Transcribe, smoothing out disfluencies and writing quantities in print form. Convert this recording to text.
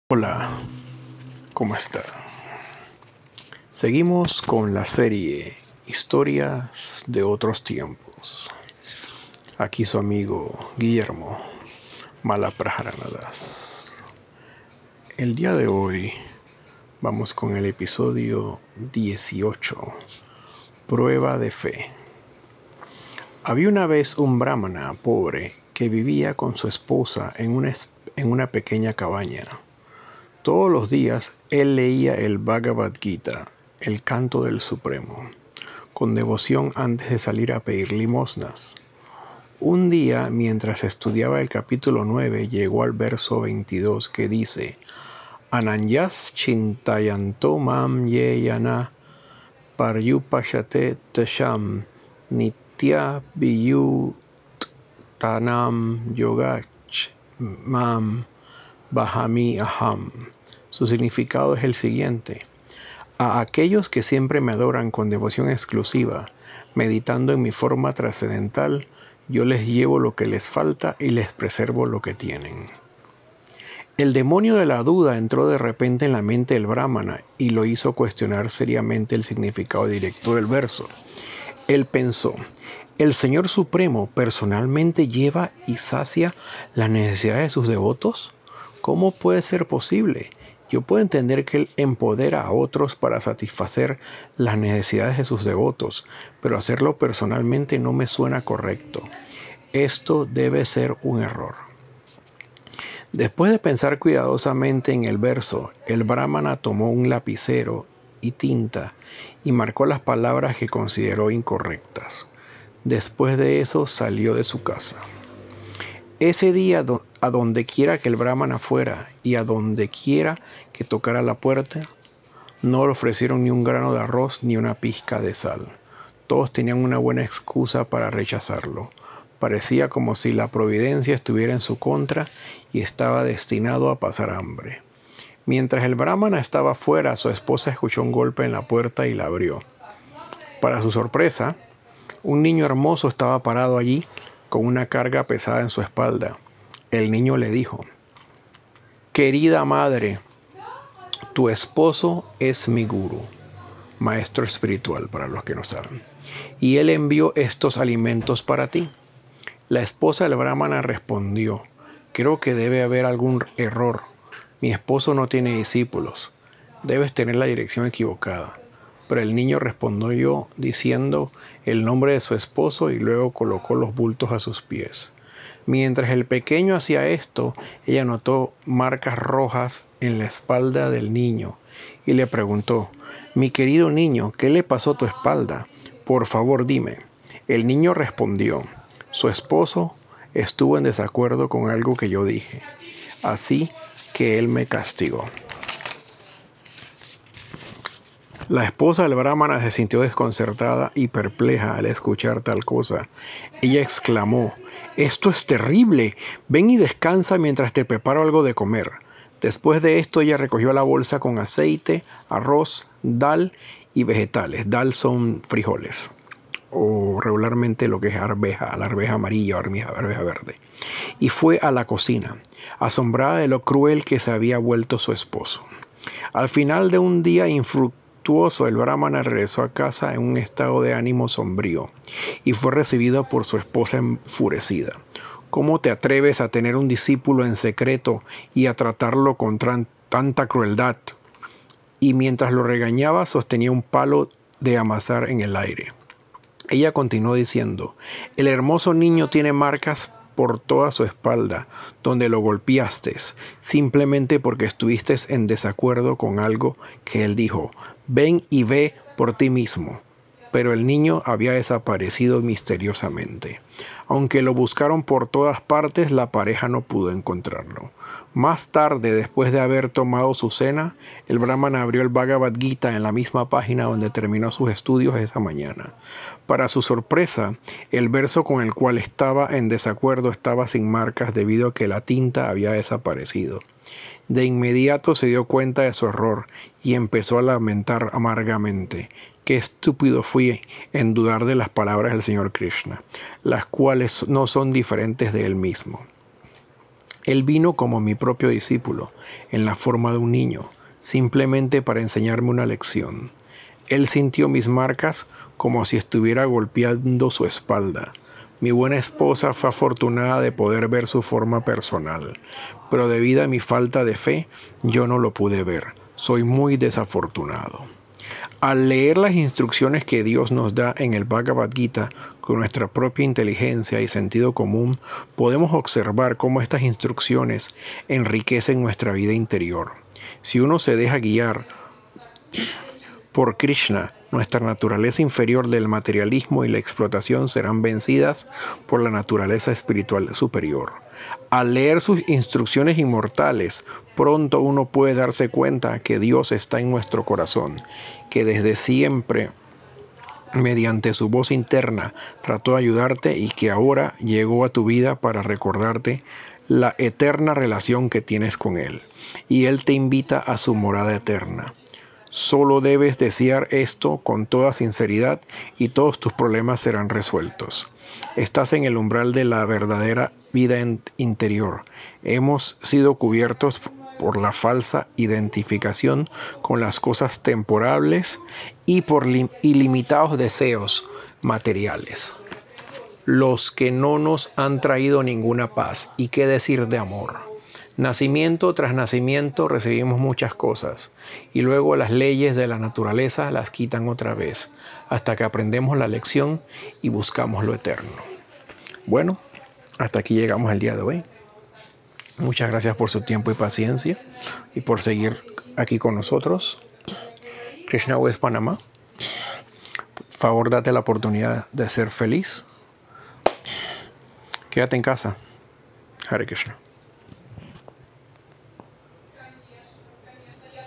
Hola, ¿cómo está? Seguimos con la serie Historias de otros tiempos. Aquí su amigo Guillermo Malaprajanadas. El día de hoy vamos con el episodio 18, Prueba de Fe. Había una vez un brahmana pobre que vivía con su esposa en una pequeña cabaña. Todos los días él leía el Bhagavad Gita, el canto del Supremo, con devoción antes de salir a pedir limosnas. Un día, mientras estudiaba el capítulo 9, llegó al verso 22 que dice: Ananyas chintayanto mam yeyana paryupashate tasham nitya viyutanam yogach mam Bahami Aham. Su significado es el siguiente: a aquellos que siempre me adoran con devoción exclusiva, meditando en mi forma trascendental, yo les llevo lo que les falta y les preservo lo que tienen. El demonio de la duda entró de repente en la mente del brahmana y lo hizo cuestionar seriamente el significado directo del verso. Él pensó: ¿el Señor Supremo personalmente lleva y sacia las necesidades de sus devotos? ¿Cómo puede ser posible? Yo puedo entender que Él empodera a otros para satisfacer las necesidades de sus devotos, pero hacerlo personalmente no me suena correcto. Esto debe ser un error. Después de pensar cuidadosamente en el verso, el brahmana tomó un lapicero y tinta y marcó las palabras que consideró incorrectas. Después de eso salió de su casa. Ese día, a donde quiera que el brahmana fuera y a donde quiera que tocara la puerta, no le ofrecieron ni un grano de arroz ni una pizca de sal. Todos tenían una buena excusa para rechazarlo. Parecía como si la providencia estuviera en su contra y estaba destinado a pasar hambre. Mientras el brahmana estaba fuera, su esposa escuchó un golpe en la puerta y la abrió. Para su sorpresa, un niño hermoso estaba parado allí con una carga pesada en su espalda. El niño le dijo: querida madre, tu esposo es mi gurú, maestro espiritual para los que no saben, y él envió estos alimentos para ti. La esposa del brahmana respondió: creo que debe haber algún error. Mi esposo no tiene discípulos. Debes tener la dirección equivocada. Pero el niño respondió diciendo el nombre de su esposo y luego colocó los bultos a sus pies. Mientras el pequeño hacía esto, ella notó marcas rojas en la espalda del niño y le preguntó: mi querido niño, ¿qué le pasó a tu espalda? Por favor, dime. El niño respondió: su esposo estuvo en desacuerdo con algo que yo dije, así que él me castigó. La esposa del brahmana se sintió desconcertada y perpleja al escuchar tal cosa. Ella exclamó: esto es terrible. Ven y descansa mientras te preparo algo de comer. Después de esto, ella recogió la bolsa con aceite, arroz, dal y vegetales. Dal son frijoles, o regularmente lo que es arveja, la arveja amarilla o arveja verde. Y fue a la cocina, asombrada de lo cruel que se había vuelto su esposo. Al final de un día infructuoso, el brahmana regresó a casa en un estado de ánimo sombrío y fue recibido por su esposa enfurecida. ¿Cómo te atreves a tener un discípulo en secreto y a tratarlo con tanta crueldad? Y mientras lo regañaba, sostenía un palo de amasar en el aire. Ella continuó diciendo: el hermoso niño tiene marcas por toda su espalda, donde lo golpeaste, simplemente porque estuviste en desacuerdo con algo que él dijo. Ven y ve por ti mismo. Pero el niño había desaparecido misteriosamente. Aunque lo buscaron por todas partes, la pareja no pudo encontrarlo. Más tarde, después de haber tomado su cena, el brahmana abrió el Bhagavad Gita en la misma página donde terminó sus estudios esa mañana. Para su sorpresa, el verso con el cual estaba en desacuerdo estaba sin marcas debido a que la tinta había desaparecido. De inmediato se dio cuenta de su error y empezó a lamentar amargamente. Qué estúpido fui en dudar de las palabras del Señor Krishna, las cuales no son diferentes de él mismo. Él vino como mi propio discípulo, en la forma de un niño, simplemente para enseñarme una lección. Él sintió mis marcas como si estuviera golpeando su espalda. Mi buena esposa fue afortunada de poder ver su forma personal, pero debido a mi falta de fe, yo no lo pude ver. Soy muy desafortunado. Al leer las instrucciones que Dios nos da en el Bhagavad Gita con nuestra propia inteligencia y sentido común, podemos observar cómo estas instrucciones enriquecen nuestra vida interior. Si uno se deja guiar por Krishna, nuestra naturaleza inferior del materialismo y la explotación serán vencidas por la naturaleza espiritual superior. Al leer sus instrucciones inmortales, pronto uno puede darse cuenta que Dios está en nuestro corazón, que desde siempre, mediante su voz interna, trató de ayudarte y que ahora llegó a tu vida para recordarte la eterna relación que tienes con Él. Y Él te invita a su morada eterna. Solo debes desear esto con toda sinceridad y todos tus problemas serán resueltos. Estás en el umbral de la verdadera vida interior. Hemos sido cubiertos por la falsa identificación con las cosas temporales y por ilimitados deseos materiales, los que no nos han traído ninguna paz. ¿Y qué decir de amor? Nacimiento tras nacimiento recibimos muchas cosas y luego las leyes de la naturaleza las quitan otra vez hasta que aprendemos la lección y buscamos lo eterno. Bueno, hasta aquí llegamos el día de hoy. Muchas gracias por su tiempo y paciencia y por seguir aquí con nosotros. Krishna West Panamá. Por favor, date la oportunidad de ser feliz. Quédate en casa. Hare Krishna.